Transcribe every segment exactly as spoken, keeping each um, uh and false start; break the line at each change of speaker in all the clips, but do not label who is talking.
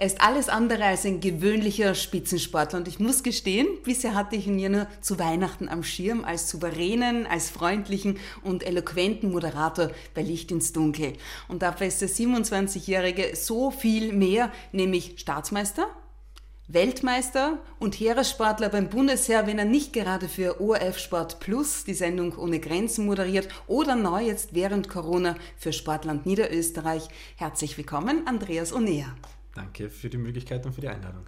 Er ist alles andere als ein gewöhnlicher Spitzensportler und ich muss gestehen, bisher hatte ich ihn ja nur zu Weihnachten am Schirm als souveränen, als freundlichen und eloquenten Moderator bei Licht ins Dunkel. Und dafür ist der siebenundzwanzigjährige so viel mehr, nämlich Staatsmeister, Weltmeister und Heeressportler beim Bundesheer, wenn er nicht gerade für O R F Sport Plus die Sendung Ohne Grenzen moderiert oder neu jetzt während Corona für Sportland Niederösterreich. Herzlich willkommen, Andreas Onea.
Danke für die Möglichkeit und für die Einladung.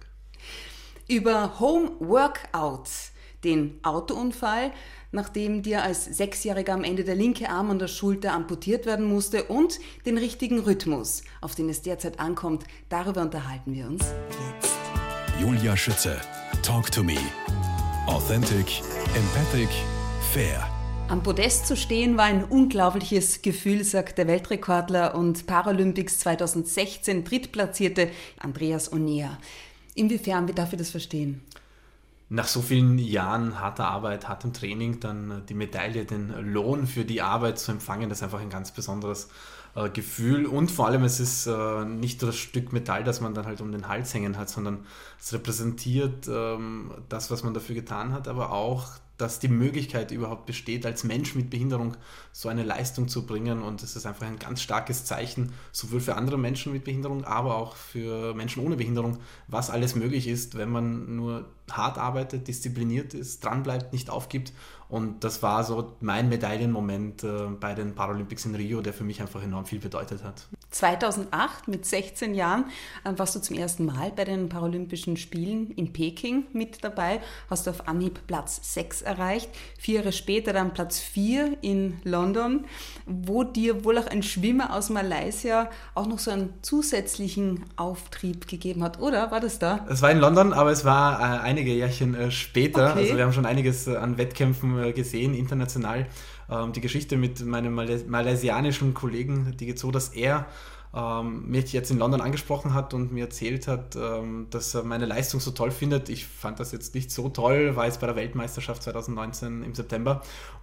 Über Home Workout, den Autounfall, nachdem dir als Sechsjähriger am Ende der linke Arm an der Schulter amputiert werden musste und den richtigen Rhythmus, auf den es derzeit ankommt, darüber unterhalten wir uns jetzt.
Julia Schütze, Talk to Me. Authentic, empathic, fair.
Am Podest zu stehen war ein unglaubliches Gefühl, sagt der Weltrekordler und Paralympics zweitausendsechzehn Drittplatzierte Andreas Onea. Inwiefern, wie darf ich das verstehen?
Nach so vielen Jahren harter Arbeit, hartem Training, dann die Medaille, den Lohn für die Arbeit zu empfangen, das ist einfach ein ganz besonderes äh, Gefühl. Und vor allem, es ist äh, nicht das Stück Metall, das man dann halt um den Hals hängen hat, sondern es repräsentiert ähm, das, was man dafür getan hat, aber auch, dass die Möglichkeit überhaupt besteht, als Mensch mit Behinderung so eine Leistung zu bringen. Und es ist einfach ein ganz starkes Zeichen, sowohl für andere Menschen mit Behinderung, aber auch für Menschen ohne Behinderung, was alles möglich ist, wenn man nur hart arbeitet, diszipliniert ist, dranbleibt, nicht aufgibt. Und das war so mein Medaillenmoment äh, bei den Paralympics in Rio, der für mich einfach enorm viel bedeutet hat.
zweitausendacht, mit sechzehn Jahren, äh, warst du zum ersten Mal bei den Paralympischen Spielen in Peking mit dabei, hast du auf Anhieb Platz sechs erreicht, vier Jahre später dann Platz vier in London, wo dir wohl auch ein Schwimmer aus Malaysia auch noch so einen zusätzlichen Auftrieb gegeben hat, oder? War das da?
Es war in London, aber es war äh, einige Jährchen äh, später,
okay.
Also wir haben schon einiges äh, an Wettkämpfen äh, gesehen, international. Ähm, die Geschichte mit meinem Malais- malaysianischen Kollegen, die geht so, dass er ähm, mich jetzt in London angesprochen hat und mir erzählt hat, ähm, dass er meine Leistung so toll findet. Ich fand das jetzt nicht so toll, war jetzt bei der Weltmeisterschaft zweitausendneunzehn im September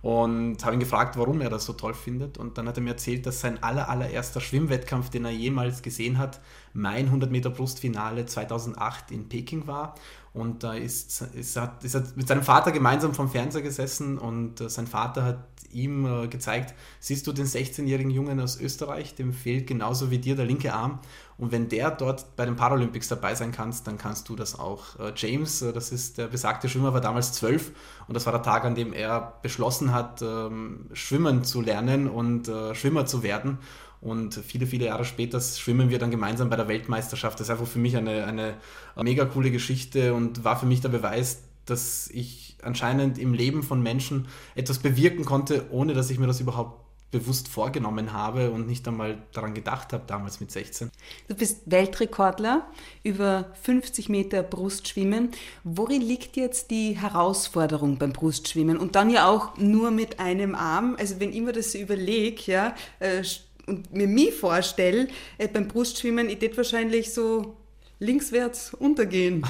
und habe ihn gefragt, warum er das so toll findet. Und dann hat er mir erzählt, dass sein aller, allererster Schwimmwettkampf, den er jemals gesehen hat, mein hundert Meter Brustfinale zweitausendacht in Peking war. Und da ist, ist, hat, ist er mit seinem Vater gemeinsam vom Fernseher gesessen und äh, sein Vater hat ihm äh, gezeigt, siehst du den sechzehnjährigen Jungen aus Österreich, dem fehlt genauso wie dir der linke Arm. Und wenn der dort bei den Paralympics dabei sein kannst, dann kannst du das auch. Äh, James, äh, das ist der besagte Schwimmer, war damals zwölf und das war der Tag, an dem er beschlossen hat, ähm, schwimmen zu lernen und äh, Schwimmer zu werden. Und viele, viele Jahre später schwimmen wir dann gemeinsam bei der Weltmeisterschaft. Das ist einfach für mich eine, eine mega coole Geschichte und war für mich der Beweis, dass ich anscheinend im Leben von Menschen etwas bewirken konnte, ohne dass ich mir das überhaupt bewusst vorgenommen habe und nicht einmal daran gedacht habe, damals mit sechzehn.
Du bist Weltrekordler über fünfzig Meter Brustschwimmen. Worin liegt jetzt die Herausforderung beim Brustschwimmen? Und dann ja auch nur mit einem Arm. Also wenn ich mir das so überlege, ja, äh, und mir mich vorstelle, äh, beim Brustschwimmen, ich würde wahrscheinlich so linkswärts untergehen.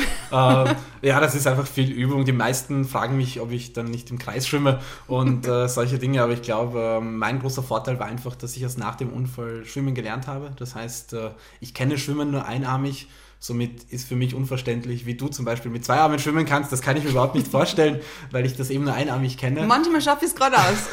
äh, ja, das ist einfach viel Übung. Die meisten fragen mich, ob ich dann nicht im Kreis schwimme und äh, solche Dinge. Aber ich glaube, äh, mein großer Vorteil war einfach, dass ich erst nach dem Unfall schwimmen gelernt habe. Das heißt, äh, ich kenne Schwimmen nur einarmig. Somit ist für mich unverständlich, wie du zum Beispiel mit zwei Armen schwimmen kannst. Das kann ich mir überhaupt nicht vorstellen, weil ich das eben nur einarmig kenne.
Manchmal schaffe ich es gerade aus.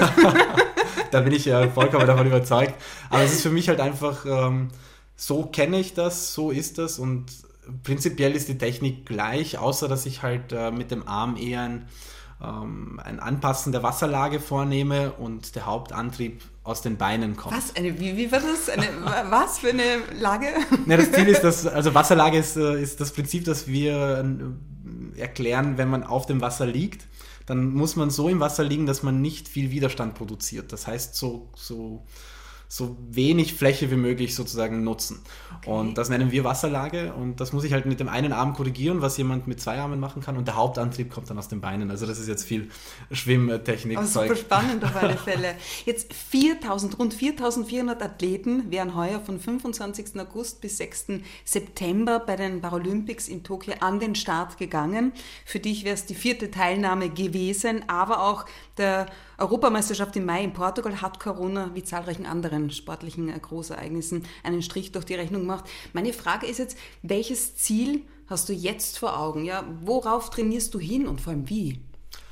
Da bin ich ja vollkommen davon überzeugt. Aber es ist für mich halt einfach, ähm, so kenne ich das, so ist das und prinzipiell ist die Technik gleich, außer dass ich halt äh, mit dem Arm eher ein, ähm, ein Anpassen der Wasserlage vornehme und der Hauptantrieb aus den Beinen kommt.
Was? Eine, wie, wie war das? Eine, was für eine Lage?
Ja, das Ziel ist, dass, also Wasserlage ist, ist das Prinzip, das wir erklären, wenn man auf dem Wasser liegt. Dann muss man so im Wasser liegen, dass man nicht viel Widerstand produziert. Das heißt, so, so, so wenig Fläche wie möglich sozusagen nutzen. Okay. Und das nennen wir Wasserlage und das muss ich halt mit dem einen Arm korrigieren, was jemand mit zwei Armen machen kann und der Hauptantrieb kommt dann aus den Beinen. Also das ist jetzt viel Schwimmtechnik.
Aber super spannend auf alle Fälle. Jetzt viertausend, rund viertausendvierhundert Athleten wären heuer von fünfundzwanzigsten August bis sechsten September bei den Paralympics in Tokio an den Start gegangen. Für dich wäre es die vierte Teilnahme gewesen, aber auch der Europameisterschaft im Mai in Portugal hat Corona wie zahlreichen anderen anderen sportlichen Großereignissen einen Strich durch die Rechnung gemacht. Meine Frage ist jetzt, welches Ziel hast du jetzt vor Augen? Ja, worauf trainierst du hin und vor allem wie?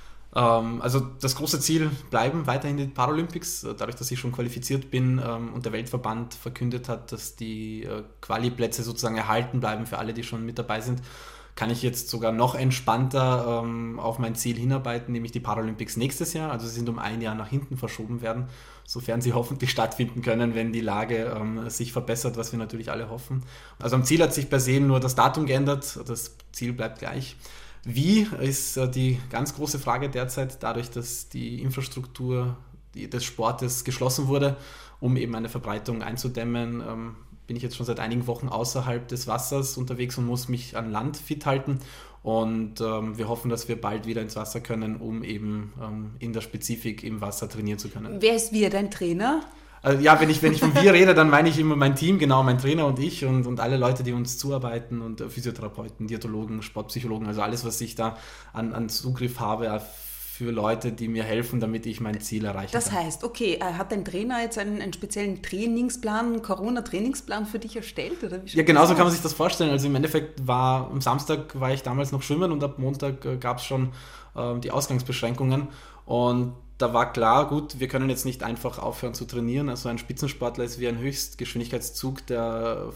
Also das große Ziel bleiben weiterhin die Paralympics, dadurch, dass ich schon qualifiziert bin und der Weltverband verkündet hat, dass die Quali-Plätze sozusagen erhalten bleiben für alle, die schon mit dabei sind, kann ich jetzt sogar noch entspannter auf mein Ziel hinarbeiten, nämlich die Paralympics nächstes Jahr. Also sie sind um ein Jahr nach hinten verschoben werden, sofern sie hoffentlich stattfinden können, wenn die Lage sich verbessert, was wir natürlich alle hoffen. Also am Ziel hat sich per se nur das Datum geändert, das Ziel bleibt gleich. Wie ist die ganz große Frage derzeit, dadurch, dass die Infrastruktur des Sportes geschlossen wurde, um eben eine Verbreitung einzudämmen, ähm, bin ich jetzt schon seit einigen Wochen außerhalb des Wassers unterwegs und muss mich an Land fit halten. Und ähm, wir hoffen, dass wir bald wieder ins Wasser können, um eben ähm, in der Spezifik im Wasser trainieren zu können.
Wer ist wir, dein Trainer?
Also ja, wenn ich, wenn ich von wir rede, dann meine ich immer mein Team, genau, mein Trainer und ich und, und alle Leute, die uns zuarbeiten und Physiotherapeuten, Diätologen, Sportpsychologen, also alles, was ich da an, an Zugriff habe für Leute, die mir helfen, damit ich mein Ziel erreiche.
Das heißt, okay, hat dein Trainer jetzt einen, einen speziellen Trainingsplan, einen Corona-Trainingsplan für dich erstellt? Oder wie
ja, genau so kann man sich das vorstellen. Also im Endeffekt war, am Samstag war ich damals noch schwimmen und ab Montag äh, gab es schon äh, die Ausgangsbeschränkungen und da war klar, gut, wir können jetzt nicht einfach aufhören zu trainieren. Also ein Spitzensportler ist wie ein Höchstgeschwindigkeitszug, der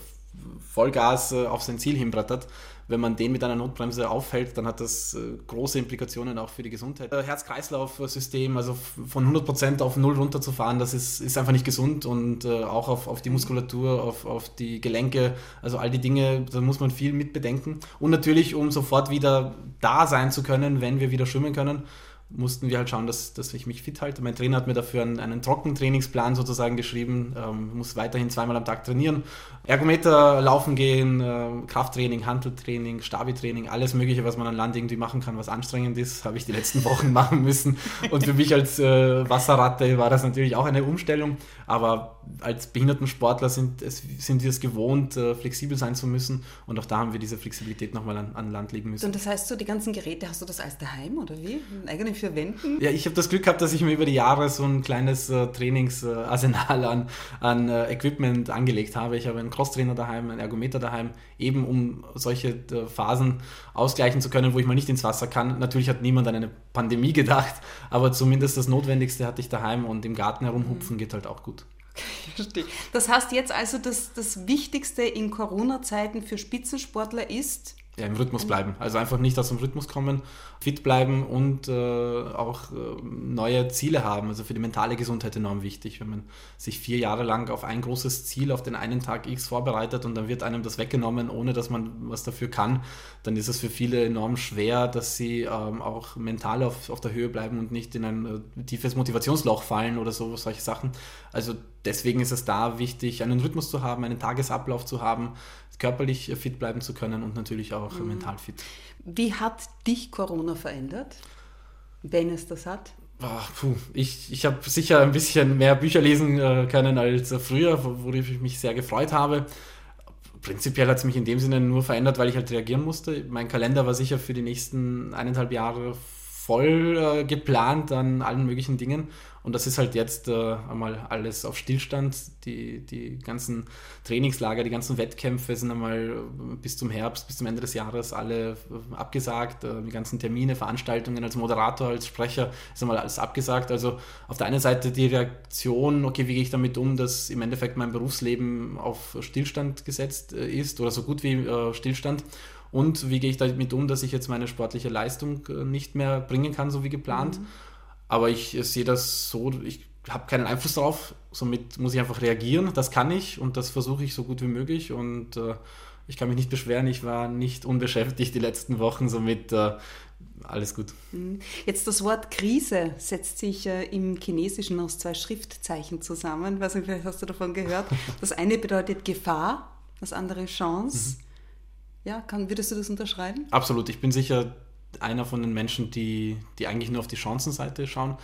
Vollgas auf sein Ziel hinbrettert. Wenn man den mit einer Notbremse aufhält, dann hat das große Implikationen auch für die Gesundheit. Herz-Kreislauf-System, also von hundert Prozent auf null runterzufahren, das ist, ist einfach nicht gesund und auch auf, auf die Muskulatur, auf, auf die Gelenke, also all die Dinge, da muss man viel mit bedenken. Und natürlich, um sofort wieder da sein zu können, wenn wir wieder schwimmen können, mussten wir halt schauen, dass, dass ich mich fit halte. Mein Trainer hat mir dafür einen, einen Trockentrainingsplan sozusagen geschrieben, ähm, muss weiterhin zweimal am Tag trainieren. Ergometer, laufen gehen, äh, Krafttraining, Hanteltraining, Stabi-Training, alles mögliche, was man an Land irgendwie machen kann, was anstrengend ist, habe ich die letzten Wochen machen müssen. Und für mich als äh, Wasserratte war das natürlich auch eine Umstellung, aber als Behindertensportler sind, es, sind wir es gewohnt, äh, flexibel sein zu müssen und auch da haben wir diese Flexibilität nochmal an, an Land legen müssen.
Und das heißt, so die ganzen Geräte, hast du das alles daheim oder wie? Eigentlich für Wenden?
Ja, ich habe das Glück gehabt, dass ich mir über die Jahre so ein kleines äh, Trainingsarsenal an, an äh, Equipment angelegt habe. Ich habe einen Crosstrainer daheim, einen Ergometer daheim, eben um solche äh, Phasen ausgleichen zu können, wo ich mal nicht ins Wasser kann. Natürlich hat niemand an eine Pandemie gedacht, aber zumindest das Notwendigste hatte ich daheim und im Garten herumhupfen geht halt auch gut.
Ich verstehe. Das heißt jetzt also, dass das Wichtigste in Corona-Zeiten für Spitzensportler ist?
Ja, im Rhythmus bleiben. Also einfach nicht aus dem Rhythmus kommen, fit bleiben und äh, auch äh, neue Ziele haben. Also für die mentale Gesundheit enorm wichtig. Wenn man sich vier Jahre lang auf ein großes Ziel, auf den einen Tag X vorbereitet und dann wird einem das weggenommen, ohne dass man was dafür kann, dann ist es für viele enorm schwer, dass sie ähm, auch mental auf, auf der Höhe bleiben und nicht in ein äh, tiefes Motivationsloch fallen oder so, solche Sachen. Also deswegen ist es da wichtig, einen Rhythmus zu haben, einen Tagesablauf zu haben, körperlich fit bleiben zu können und natürlich auch mhm. mental fit.
Wie hat dich Corona verändert, wenn es das hat?
Ach, puh. Ich, ich habe sicher ein bisschen mehr Bücher lesen äh, können als äh, früher, worüber ich mich sehr gefreut habe. Prinzipiell hat es mich in dem Sinne nur verändert, weil ich halt reagieren musste. Mein Kalender war sicher für die nächsten eineinhalb Jahre voll äh, geplant an allen möglichen Dingen. Und das ist halt jetzt äh, einmal alles auf Stillstand. Die, die ganzen Trainingslager, die ganzen Wettkämpfe sind einmal bis zum Herbst, bis zum Ende des Jahres alle abgesagt. Äh, die ganzen Termine, Veranstaltungen als Moderator, als Sprecher ist einmal alles abgesagt. Also auf der einen Seite die Reaktion, okay, wie gehe ich damit um, dass im Endeffekt mein Berufsleben auf Stillstand gesetzt äh, ist oder so gut wie äh, Stillstand. Und wie gehe ich damit um, dass ich jetzt meine sportliche Leistung nicht mehr bringen kann, so wie geplant. Mhm. Aber ich sehe das so, ich habe keinen Einfluss darauf, somit muss ich einfach reagieren. Das kann ich und das versuche ich so gut wie möglich. Und äh, ich kann mich nicht beschweren, ich war nicht unbeschäftigt die letzten Wochen, somit äh, alles gut.
Jetzt das Wort Krise setzt sich äh, im Chinesischen aus zwei Schriftzeichen zusammen. Ich weiß nicht, vielleicht hast du davon gehört. Das eine bedeutet Gefahr, das andere Chance. Mhm. Ja, kann, würdest du das unterschreiben?
Absolut. Ich bin sicher einer von den Menschen, die, die eigentlich nur auf die Chancenseite schauen.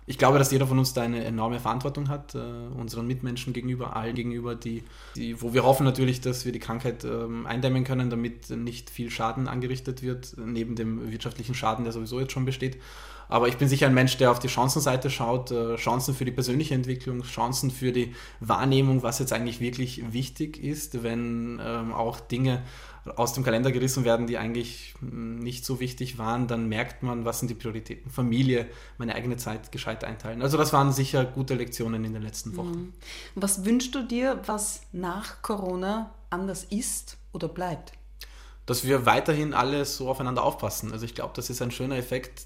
Ich glaube, dass jeder von uns da eine enorme Verantwortung hat, äh, unseren Mitmenschen gegenüber, allen gegenüber, die, die, wo wir hoffen natürlich, dass wir die Krankheit ähm, eindämmen können, damit nicht viel Schaden angerichtet wird, neben dem wirtschaftlichen Schaden, der sowieso jetzt schon besteht. Aber ich bin sicher ein Mensch, der auf die Chancenseite schaut, äh, Chancen für die persönliche Entwicklung, Chancen für die Wahrnehmung, was jetzt eigentlich wirklich wichtig ist, wenn ähm, auch Dinge aus dem Kalender gerissen werden, die eigentlich nicht so wichtig waren, dann merkt man, was sind die Prioritäten. Familie, meine eigene Zeit gescheit einteilen. Also das waren sicher gute Lektionen in den letzten Wochen.
Was wünschst du dir, was nach Corona anders ist oder bleibt?
Dass wir weiterhin alle so aufeinander aufpassen. Also ich glaube, das ist ein schöner Effekt,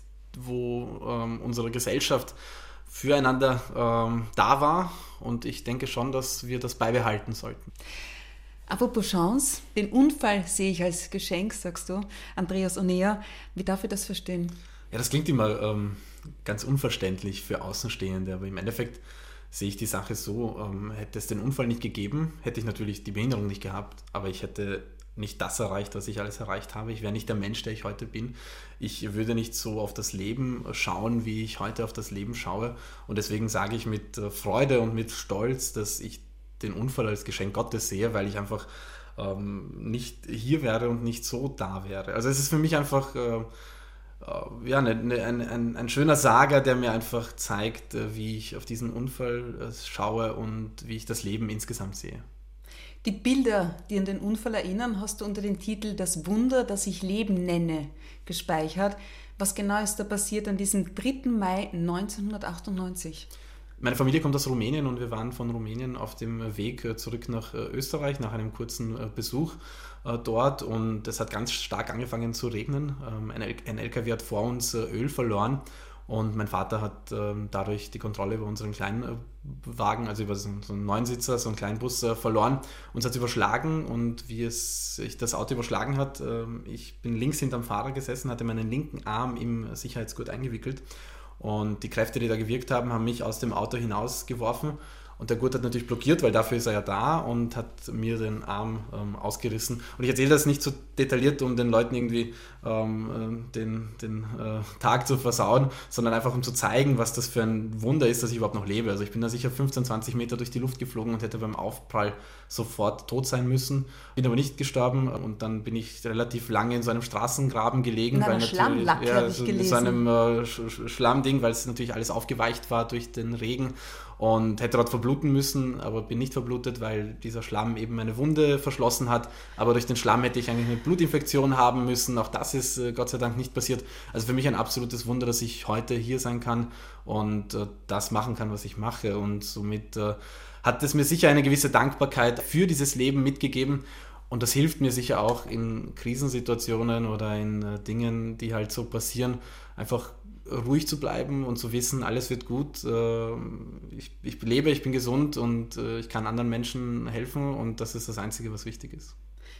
wo ähm, unsere Gesellschaft füreinander ähm, da war, und ich denke schon, dass wir das beibehalten sollten.
Apropos Chance, den Unfall sehe ich als Geschenk, sagst du, Andreas Onea. Wie darf ich das verstehen?
Ja, das klingt immer ähm, ganz unverständlich für Außenstehende, aber im Endeffekt sehe ich die Sache so, ähm, hätte es den Unfall nicht gegeben, hätte ich natürlich die Behinderung nicht gehabt, aber ich hätte nicht das erreicht, was ich alles erreicht habe. Ich wäre nicht der Mensch, der ich heute bin. Ich würde nicht so auf das Leben schauen, wie ich heute auf das Leben schaue, und deswegen sage ich mit Freude und mit Stolz, dass ich den Unfall als Geschenk Gottes sehe, weil ich einfach ähm, nicht hier wäre und nicht so da wäre. Also es ist für mich einfach äh, äh, ja, ne, ne, ein, ein, ein schöner Saga, der mir einfach zeigt, äh, wie ich auf diesen Unfall äh, schaue und wie ich das Leben insgesamt sehe.
Die Bilder, die an den Unfall erinnern, hast du unter dem Titel Das Wunder, das ich Leben nenne, gespeichert. Was genau ist da passiert an diesem dritten Mai neunzehnhundertachtundneunzig?
Meine Familie kommt aus Rumänien, und wir waren von Rumänien auf dem Weg zurück nach Österreich nach einem kurzen Besuch dort, und es hat ganz stark angefangen zu regnen. Ein L K W hat vor uns Öl verloren, und mein Vater hat dadurch die Kontrolle über unseren kleinen Wagen, also über so einen Neunsitzer, so einen kleinen Bus verloren. Uns hat es überschlagen, und wie es sich das Auto überschlagen hat, ich bin links hinterm Fahrer gesessen, hatte meinen linken Arm im Sicherheitsgurt eingewickelt. Und die Kräfte, die da gewirkt haben, haben mich aus dem Auto hinausgeworfen. Und der Gurt hat natürlich blockiert, weil dafür ist er ja da, und hat mir den Arm ähm, ausgerissen. Und ich erzähle das nicht so detailliert, um den Leuten irgendwie ähm, den, den äh, Tag zu versauen, sondern einfach um zu zeigen, was das für ein Wunder ist, dass ich überhaupt noch lebe. Also ich bin da sicher fünfzehn, zwanzig Meter durch die Luft geflogen und hätte beim Aufprall sofort tot sein müssen. Bin aber nicht gestorben, und dann bin ich relativ lange in so einem Straßengraben gelegen.
In einem Schlammlack,
ja,
habe ich
so,
gelesen.
So einem äh, Sch- Schlammding, weil es natürlich alles aufgeweicht war durch den Regen, und hätte dort verbluten müssen, aber bin nicht verblutet, weil dieser Schlamm eben meine Wunde verschlossen hat. Aber durch den Schlamm hätte ich eigentlich eine Blutinfektion haben müssen. Auch das ist äh, Gott sei Dank nicht passiert. Also für mich ein absolutes Wunder, dass ich heute hier sein kann und äh, das machen kann, was ich mache. Und somit äh, hat es mir sicher eine gewisse Dankbarkeit für dieses Leben mitgegeben. Und das hilft mir sicher auch in Krisensituationen oder in äh, Dingen, die halt so passieren, einfach ruhig zu bleiben und zu wissen, alles wird gut, ich, ich lebe, ich bin gesund, und ich kann anderen Menschen helfen, und das ist das Einzige, was wichtig ist.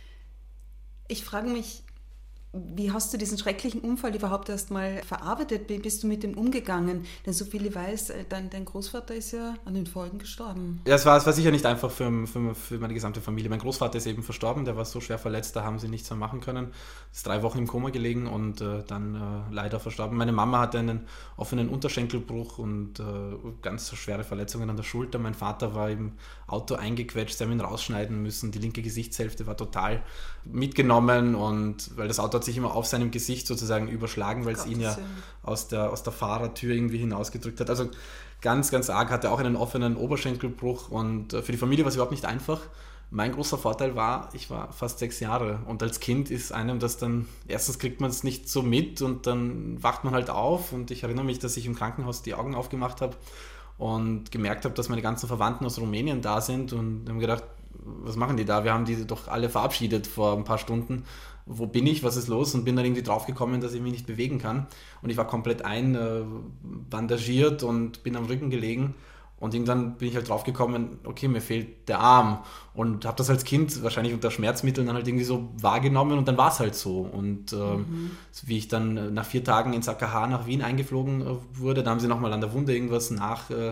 Ich frage mich, wie hast du diesen schrecklichen Unfall überhaupt erst mal verarbeitet? Wie bist du mit dem umgegangen? Denn so viel ich weiß, dein, dein Großvater ist ja an den Folgen gestorben.
Ja, es war, es war sicher nicht einfach für, für, für meine gesamte Familie. Mein Großvater ist eben verstorben, der war so schwer verletzt, da haben sie nichts mehr machen können. Ist drei Wochen im Koma gelegen und äh, dann äh, leider verstorben. Meine Mama hatte einen offenen Unterschenkelbruch und äh, ganz schwere Verletzungen an der Schulter. Mein Vater war im Auto eingequetscht, sie haben ihn rausschneiden müssen. Die linke Gesichtshälfte war total mitgenommen, und weil das Auto hat sich immer auf seinem Gesicht sozusagen überschlagen, weil es ihn ja aus der, aus der Fahrertür irgendwie hinausgedrückt hat. Also ganz, ganz arg, hatte auch einen offenen Oberschenkelbruch, und für die Familie war es überhaupt nicht einfach. Mein großer Vorteil war, ich war fast sechs Jahre, und als Kind ist einem das dann, erstens kriegt man es nicht so mit, und dann wacht man halt auf, und ich erinnere mich, dass ich im Krankenhaus die Augen aufgemacht habe und gemerkt habe, dass meine ganzen Verwandten aus Rumänien da sind, und habe gedacht, was machen die da? Wir haben die doch alle verabschiedet vor ein paar Stunden. Wo bin ich? Was ist los? Und bin dann irgendwie draufgekommen, dass ich mich nicht bewegen kann. Und ich war komplett einbandagiert und bin am Rücken gelegen. Und irgendwann bin ich halt draufgekommen, okay, mir fehlt der Arm. Und habe das als Kind wahrscheinlich unter Schmerzmitteln dann halt irgendwie so wahrgenommen, und dann war es halt so. Und äh, mhm. wie ich dann nach vier Tagen ins A K H nach Wien eingeflogen wurde, da haben sie nochmal an der Wunde irgendwas nach, äh,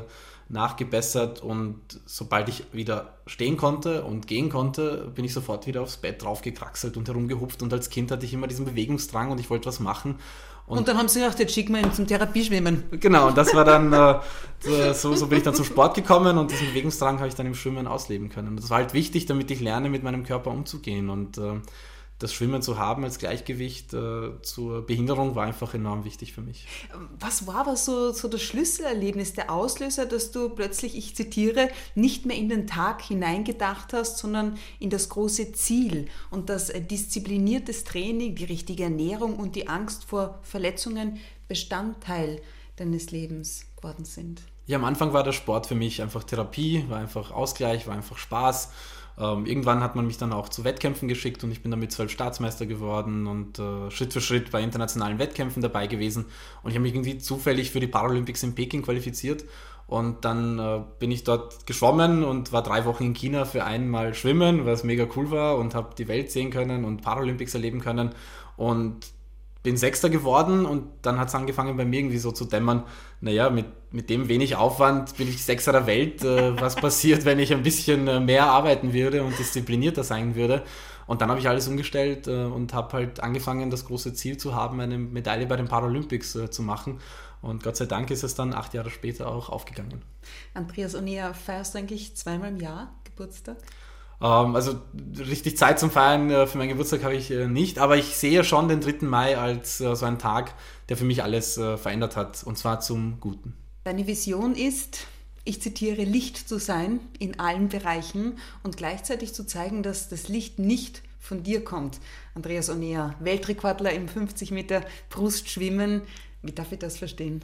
nachgebessert und sobald ich wieder stehen konnte und gehen konnte, bin ich sofort wieder aufs Bett draufgekraxelt und herumgehupft und als Kind hatte ich immer diesen Bewegungsdrang und ich wollte was machen.
Und, und dann haben sie gedacht, jetzt schicken wir ihn zum Therapieschwimmen.
Genau, und das war dann, äh, so, so bin ich dann zum Sport gekommen und diesen Bewegungsdrang habe ich dann im Schwimmen ausleben können. Und das war halt wichtig, damit ich lerne, mit meinem Körper umzugehen und äh, das Schwimmen zu haben als Gleichgewicht äh, zur Behinderung war einfach enorm wichtig für mich.
Was war aber so, so das Schlüsselerlebnis, der Auslöser, dass du plötzlich, ich zitiere, nicht mehr in den Tag hineingedacht hast, sondern in das große Ziel und dass äh, diszipliniertes Training, die richtige Ernährung und die Angst vor Verletzungen Bestandteil deines Lebens geworden sind?
Ja, am Anfang war der Sport für mich einfach Therapie, war einfach Ausgleich, war einfach Spaß. Ähm, irgendwann hat man mich dann auch zu Wettkämpfen geschickt und ich bin damit zwölf Staatsmeister geworden und äh, Schritt für Schritt bei internationalen Wettkämpfen dabei gewesen. Und ich habe mich irgendwie zufällig für die Paralympics in Peking qualifiziert und dann äh, bin ich dort geschwommen und war drei Wochen in China für einmal schwimmen, was mega cool war und habe die Welt sehen können und Paralympics erleben können und bin Sechster geworden und dann hat es angefangen bei mir irgendwie so zu dämmern, naja, mit, mit dem wenig Aufwand bin ich Sechster der Welt, äh, was passiert, wenn ich ein bisschen äh, mehr arbeiten würde und disziplinierter sein würde. Und dann habe ich alles umgestellt äh, und habe halt angefangen, das große Ziel zu haben, eine Medaille bei den Paralympics äh, zu machen. Und Gott sei Dank ist es dann acht Jahre später auch aufgegangen.
Andreas Onea, feierst du eigentlich zweimal im Jahr Geburtstag?
Also richtig Zeit zum Feiern für meinen Geburtstag habe ich nicht, aber ich sehe schon den dritten Mai als so einen Tag, der für mich alles verändert hat, und zwar zum Guten.
Deine Vision ist, ich zitiere, Licht zu sein in allen Bereichen und gleichzeitig zu zeigen, dass das Licht nicht von dir kommt. Andreas Onea, Weltrekordler im fünfzig Meter Brustschwimmen, wie darf ich das verstehen?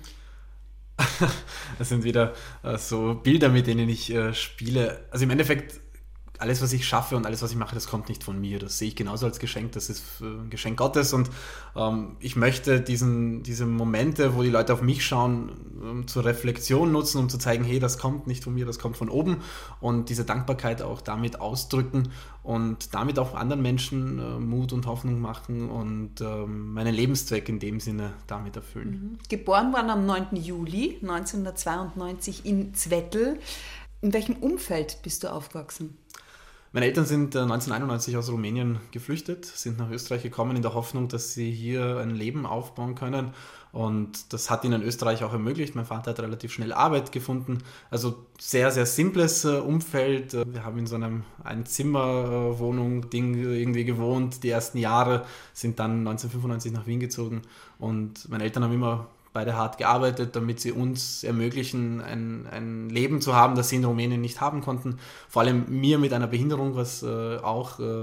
Das sind wieder so Bilder, mit denen ich spiele. Also im Endeffekt, alles, was ich schaffe und alles, was ich mache, das kommt nicht von mir. Das sehe ich genauso als Geschenk. Das ist ein Geschenk Gottes und ähm, ich möchte diesen, diese Momente, wo die Leute auf mich schauen, ähm, zur Reflexion nutzen, um zu zeigen, hey, das kommt nicht von mir, das kommt von oben und diese Dankbarkeit auch damit ausdrücken und damit auch anderen Menschen äh, Mut und Hoffnung machen und ähm, meinen Lebenszweck in dem Sinne damit erfüllen.
Mhm. Geboren worden am neunten Juli neunzehnhundertzweiundneunzig in Zwettl. In welchem Umfeld bist du aufgewachsen?
Meine Eltern sind neunzehnhunderteinundneunzig aus Rumänien geflüchtet, sind nach Österreich gekommen in der Hoffnung, dass sie hier ein Leben aufbauen können. Und das hat ihnen Österreich auch ermöglicht. Mein Vater hat relativ schnell Arbeit gefunden. Also sehr, sehr simples Umfeld. Wir haben in so einem Einzimmerwohnung-Ding irgendwie gewohnt. Die ersten Jahre, sind dann neunzehnhundertfünfundneunzig nach Wien gezogen. Und meine Eltern haben immer beide hart gearbeitet, damit sie uns ermöglichen, ein, ein Leben zu haben, das sie in Rumänien nicht haben konnten. Vor allem mir mit einer Behinderung, was äh, auch äh,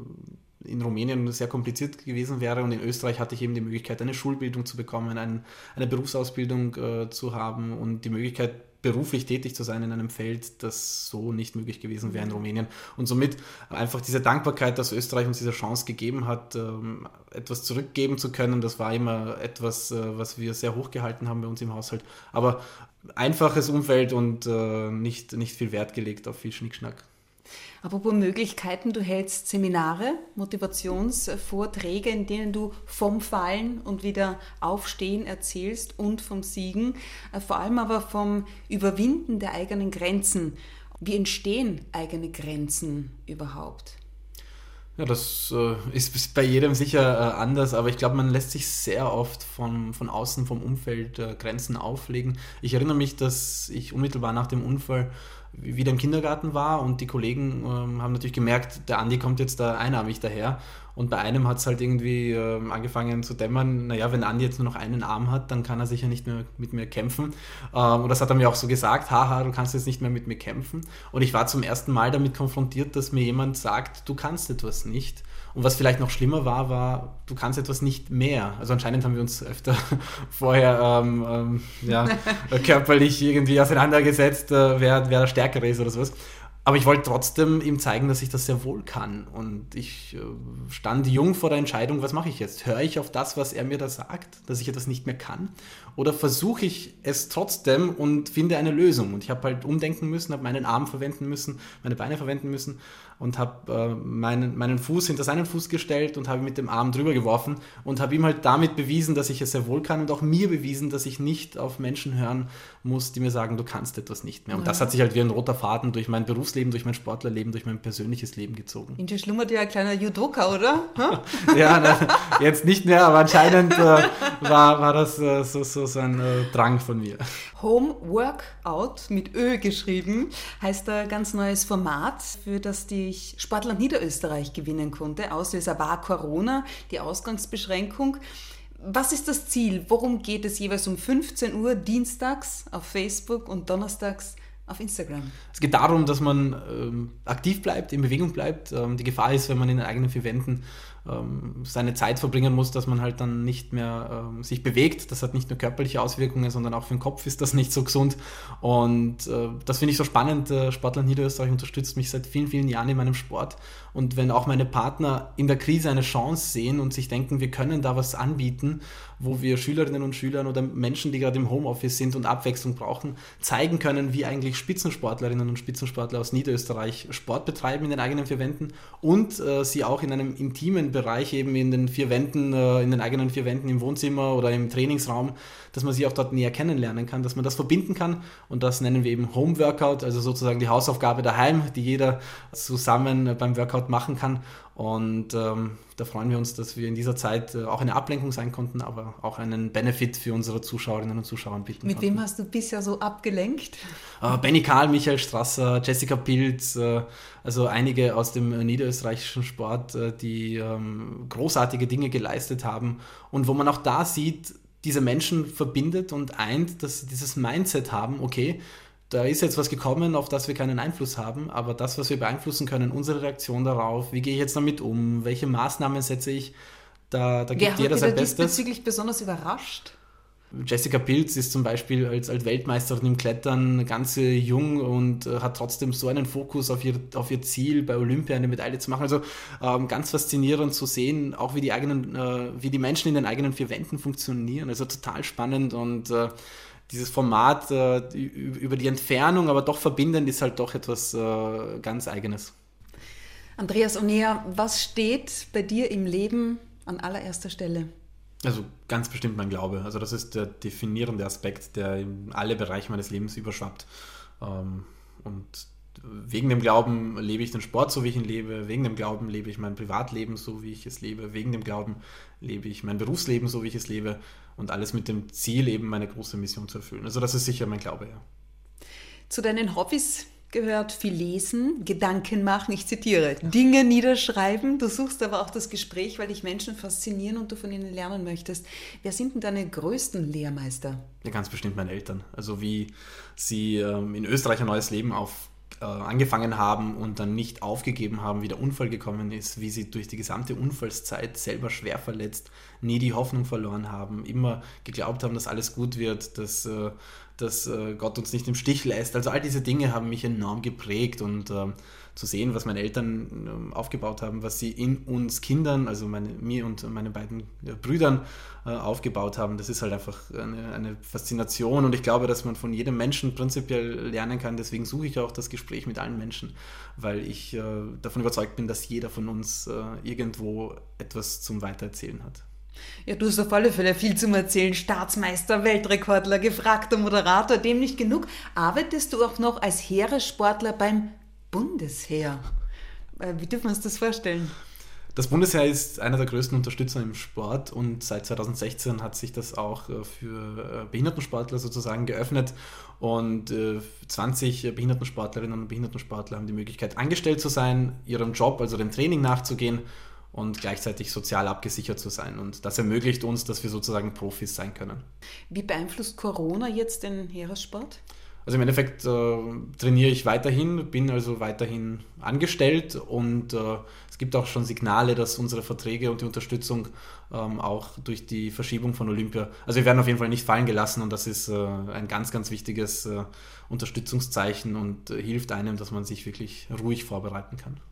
in Rumänien sehr kompliziert gewesen wäre. Und in Österreich hatte ich eben die Möglichkeit, eine Schulbildung zu bekommen, ein, eine Berufsausbildung äh, zu haben und die Möglichkeit, beruflich tätig zu sein in einem Feld, das so nicht möglich gewesen wäre in Rumänien. Und somit einfach diese Dankbarkeit, dass Österreich uns diese Chance gegeben hat, ähm, etwas zurückgeben zu können, das war immer etwas, äh, was wir sehr hochgehalten haben bei uns im Haushalt. Aber einfaches Umfeld und äh, nicht, nicht viel Wert gelegt auf viel Schnickschnack.
Apropos Möglichkeiten, du hältst Seminare, Motivationsvorträge, in denen du vom Fallen und wieder Aufstehen erzählst und vom Siegen, vor allem aber vom Überwinden der eigenen Grenzen. Wie entstehen eigene Grenzen überhaupt?
Ja, das äh, ist bei jedem sicher äh, anders, aber ich glaube, man lässt sich sehr oft von, von außen, vom Umfeld äh, Grenzen auflegen. Ich erinnere mich, dass ich unmittelbar nach dem Unfall wieder im Kindergarten war und die Kollegen ähm, haben natürlich gemerkt, der Andi kommt jetzt da einarmig daher und bei einem hat es halt irgendwie ähm, angefangen zu dämmern, naja, wenn Andi jetzt nur noch einen Arm hat, dann kann er sicher nicht mehr mit mir kämpfen ähm, und das hat er mir auch so gesagt, haha, du kannst jetzt nicht mehr mit mir kämpfen und ich war zum ersten Mal damit konfrontiert, dass mir jemand sagt, du kannst etwas nicht. Und was vielleicht noch schlimmer war, war, du kannst etwas nicht mehr. Also anscheinend haben wir uns öfter vorher ähm, ähm, ja, körperlich irgendwie auseinandergesetzt, äh, wer, wer der Stärkere ist oder sowas. Aber ich wollte trotzdem ihm zeigen, dass ich das sehr wohl kann. Und ich äh, stand jung vor der Entscheidung, was mache ich jetzt? Höre ich auf das, was er mir da sagt, dass ich etwas nicht mehr kann? Oder versuche ich es trotzdem und finde eine Lösung? Und ich habe halt umdenken müssen, habe meinen Arm verwenden müssen, meine Beine verwenden müssen. und habe äh, meinen, meinen Fuß hinter seinen Fuß gestellt und habe ihn mit dem Arm drüber geworfen und habe ihm halt damit bewiesen, dass ich es sehr wohl kann und auch mir bewiesen, dass ich nicht auf Menschen hören muss, die mir sagen, du kannst etwas nicht mehr. Und ja. das hat sich halt wie ein roter Faden durch mein Berufsleben, durch mein Sportlerleben, durch mein persönliches Leben gezogen.
In dir schlummert ja ein kleiner Judoka, oder?
ja, na, jetzt nicht mehr, aber anscheinend äh, war, war das äh, so, so, so ein äh, Drang von mir.
Home Workout mit Ö geschrieben, heißt ein ganz neues Format, für das dich Sportland Niederösterreich gewinnen konnte. Auslöser war Corona, die Ausgangsbeschränkung. Was ist das Ziel? Worum geht es jeweils um fünfzehn Uhr dienstags auf Facebook und donnerstags auf Instagram?
Es geht darum, dass man ähm, aktiv bleibt, in Bewegung bleibt. Ähm, die Gefahr ist, wenn man in den eigenen vier Wänden ähm, seine Zeit verbringen muss, dass man halt dann nicht mehr ähm, sich bewegt. Das hat nicht nur körperliche Auswirkungen, sondern auch für den Kopf ist das nicht so gesund. Und äh, das finde ich so spannend. Äh, Sportland Niederösterreich unterstützt mich seit vielen, vielen Jahren in meinem Sport. Und wenn auch meine Partner in der Krise eine Chance sehen und sich denken, wir können da was anbieten, wo wir Schülerinnen und Schülern oder Menschen, die gerade im Homeoffice sind und Abwechslung brauchen, zeigen können, wie eigentlich Spitzensportlerinnen und Spitzensportler aus Niederösterreich Sport betreiben in den eigenen vier Wänden und äh, sie auch in einem intimen Bereich eben in den vier Wänden, äh, in den eigenen vier Wänden im Wohnzimmer oder im Trainingsraum, dass man sie auch dort näher kennenlernen kann, dass man das verbinden kann und das nennen wir eben Home Workout, also sozusagen die Hausaufgabe daheim, die jeder zusammen beim Workout machen kann. Und ähm, da freuen wir uns, dass wir in dieser Zeit äh, auch eine Ablenkung sein konnten, aber auch einen Benefit für unsere Zuschauerinnen und Zuschauer bieten
Mit
konnten.
wem hast du bisher so abgelenkt?
Äh, Benny Karl, Michael Strasser, Jessica Pilz, äh, also einige aus dem äh, niederösterreichischen Sport, äh, die ähm, großartige Dinge geleistet haben und wo man auch da sieht, diese Menschen verbindet und eint, dass sie dieses Mindset haben, okay, da ist jetzt was gekommen, auf das wir keinen Einfluss haben, aber das, was wir beeinflussen können, unsere Reaktion darauf, wie gehe ich jetzt damit um, welche Maßnahmen setze ich, da, da gibt jeder sein Bestes.
Wer hat dich diesbezüglich besonders überrascht?
Jessica Pilz ist zum Beispiel als, als Weltmeisterin im Klettern ganz jung und äh, hat trotzdem so einen Fokus auf ihr, auf ihr Ziel, bei Olympia eine Medaille zu machen. Also ähm, ganz faszinierend zu sehen, auch wie die eigenen, äh, wie die Menschen in den eigenen vier Wänden funktionieren. Also total spannend und äh, dieses Format äh, über die Entfernung, aber doch verbindend, ist halt doch etwas äh, ganz Eigenes.
Andreas Onea, was steht bei dir im Leben an allererster Stelle?
Also ganz bestimmt mein Glaube. Also das ist der definierende Aspekt, der in alle Bereiche meines Lebens überschwappt. Ähm, und wegen dem Glauben lebe ich den Sport so, wie ich ihn lebe. Wegen dem Glauben lebe ich mein Privatleben so, wie ich es lebe. Wegen dem Glauben lebe ich mein Berufsleben so, wie ich es lebe. Und alles mit dem Ziel, eben meine große Mission zu erfüllen. Also das ist sicher mein Glaube, ja.
Zu deinen Hobbys gehört viel Lesen, Gedanken machen, ich zitiere, ja. Dinge niederschreiben. Du suchst aber auch das Gespräch, weil dich Menschen faszinieren und du von ihnen lernen möchtest. Wer sind denn deine größten Lehrmeister?
Ja, ganz bestimmt meine Eltern. Also wie sie ähm, in Österreich ein neues Leben auf äh, angefangen haben und dann nicht aufgegeben haben, wie der Unfall gekommen ist, wie sie durch die gesamte Unfallszeit selber schwer verletzt, nie die Hoffnung verloren haben, immer geglaubt haben, dass alles gut wird, dass, äh, dass äh, Gott uns nicht im Stich lässt. Also all diese Dinge haben mich enorm geprägt und äh, zu sehen, was meine Eltern äh, aufgebaut haben, was sie in uns Kindern, also meine, mir und meine beiden äh, Brüdern äh, aufgebaut haben, das ist halt einfach eine, eine Faszination und ich glaube, dass man von jedem Menschen prinzipiell lernen kann. Deswegen suche ich auch das Gespräch mit allen Menschen, weil ich äh, davon überzeugt bin, dass jeder von uns äh, irgendwo etwas zum Weitererzählen hat.
Ja, du hast auf alle Fälle viel zum Erzählen. Staatsmeister, Weltrekordler, gefragter Moderator, dem nicht genug. Arbeitest du auch noch als Heeressportler beim Bundesheer? Wie dürfen wir uns das vorstellen?
Das Bundesheer ist einer der größten Unterstützer im Sport und seit zweitausendsechzehn hat sich das auch für Behindertensportler sozusagen geöffnet und zwanzig Behindertensportlerinnen und Behindertensportler haben die Möglichkeit, angestellt zu sein, ihrem Job, also dem Training nachzugehen und gleichzeitig sozial abgesichert zu sein. Und das ermöglicht uns, dass wir sozusagen Profis sein können.
Wie beeinflusst Corona jetzt den Heeressport?
Also im Endeffekt äh, trainiere ich weiterhin, bin also weiterhin angestellt und äh, es gibt auch schon Signale, dass unsere Verträge und die Unterstützung ähm, auch durch die Verschiebung von Olympia, also wir werden auf jeden Fall nicht fallen gelassen und das ist äh, ein ganz, ganz wichtiges äh, Unterstützungszeichen und äh, hilft einem, dass man sich wirklich ruhig vorbereiten kann.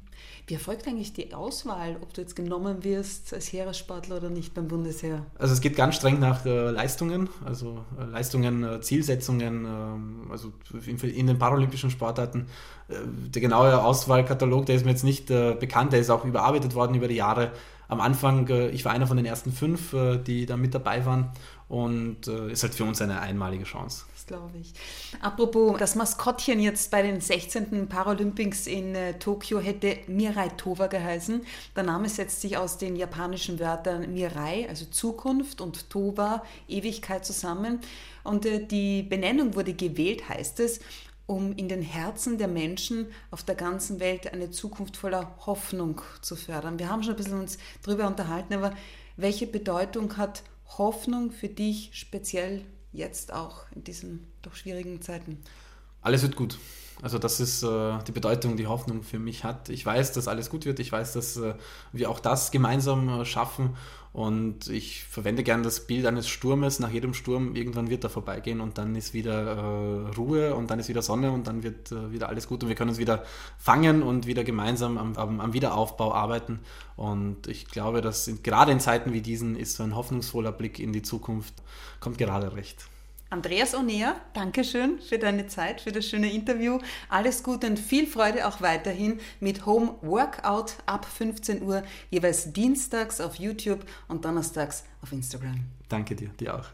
Wie erfolgt eigentlich die Auswahl, ob du jetzt genommen wirst als Heeressportler oder nicht beim Bundesheer?
Also es geht ganz streng nach äh, Leistungen, also äh, Leistungen, äh, Zielsetzungen, äh, also in, in den paralympischen Sportarten. Äh, der genaue Auswahlkatalog, der ist mir jetzt nicht äh, bekannt, der ist auch überarbeitet worden über die Jahre. Am Anfang, äh, ich war einer von den ersten fünf, äh, die da mit dabei waren und äh, ist halt für uns eine einmalige Chance.
Glaube ich. Apropos, das Maskottchen jetzt bei den sechzehnten Paralympics in äh, Tokio hätte Mirai Towa geheißen. Der Name setzt sich aus den japanischen Wörtern Mirai, also Zukunft, und Towa, Ewigkeit, zusammen. Und äh, die Benennung wurde gewählt, heißt es, um in den Herzen der Menschen auf der ganzen Welt eine Zukunft voller Hoffnung zu fördern. Wir haben schon ein bisschen uns darüber unterhalten, aber welche Bedeutung hat Hoffnung für dich speziell jetzt auch in diesen doch schwierigen Zeiten?
Alles wird gut. Also das ist äh, die Bedeutung, die Hoffnung für mich hat. Ich weiß, dass alles gut wird. Ich weiß, dass äh, wir auch das gemeinsam äh, schaffen. Und ich verwende gern das Bild eines Sturmes. Nach jedem Sturm, irgendwann wird er vorbeigehen und dann ist wieder äh, Ruhe und dann ist wieder Sonne und dann wird äh, wieder alles gut. Und wir können uns wieder fangen und wieder gemeinsam am, am, am Wiederaufbau arbeiten. Und ich glaube, dass in, gerade in Zeiten wie diesen ist so ein hoffnungsvoller Blick in die Zukunft, kommt gerade recht.
Andreas Onea, Dankeschön für deine Zeit, für das schöne Interview. Alles Gute und viel Freude auch weiterhin mit Home Workout ab fünfzehn Uhr, jeweils dienstags auf YouTube und donnerstags auf Instagram.
Danke dir, dir auch.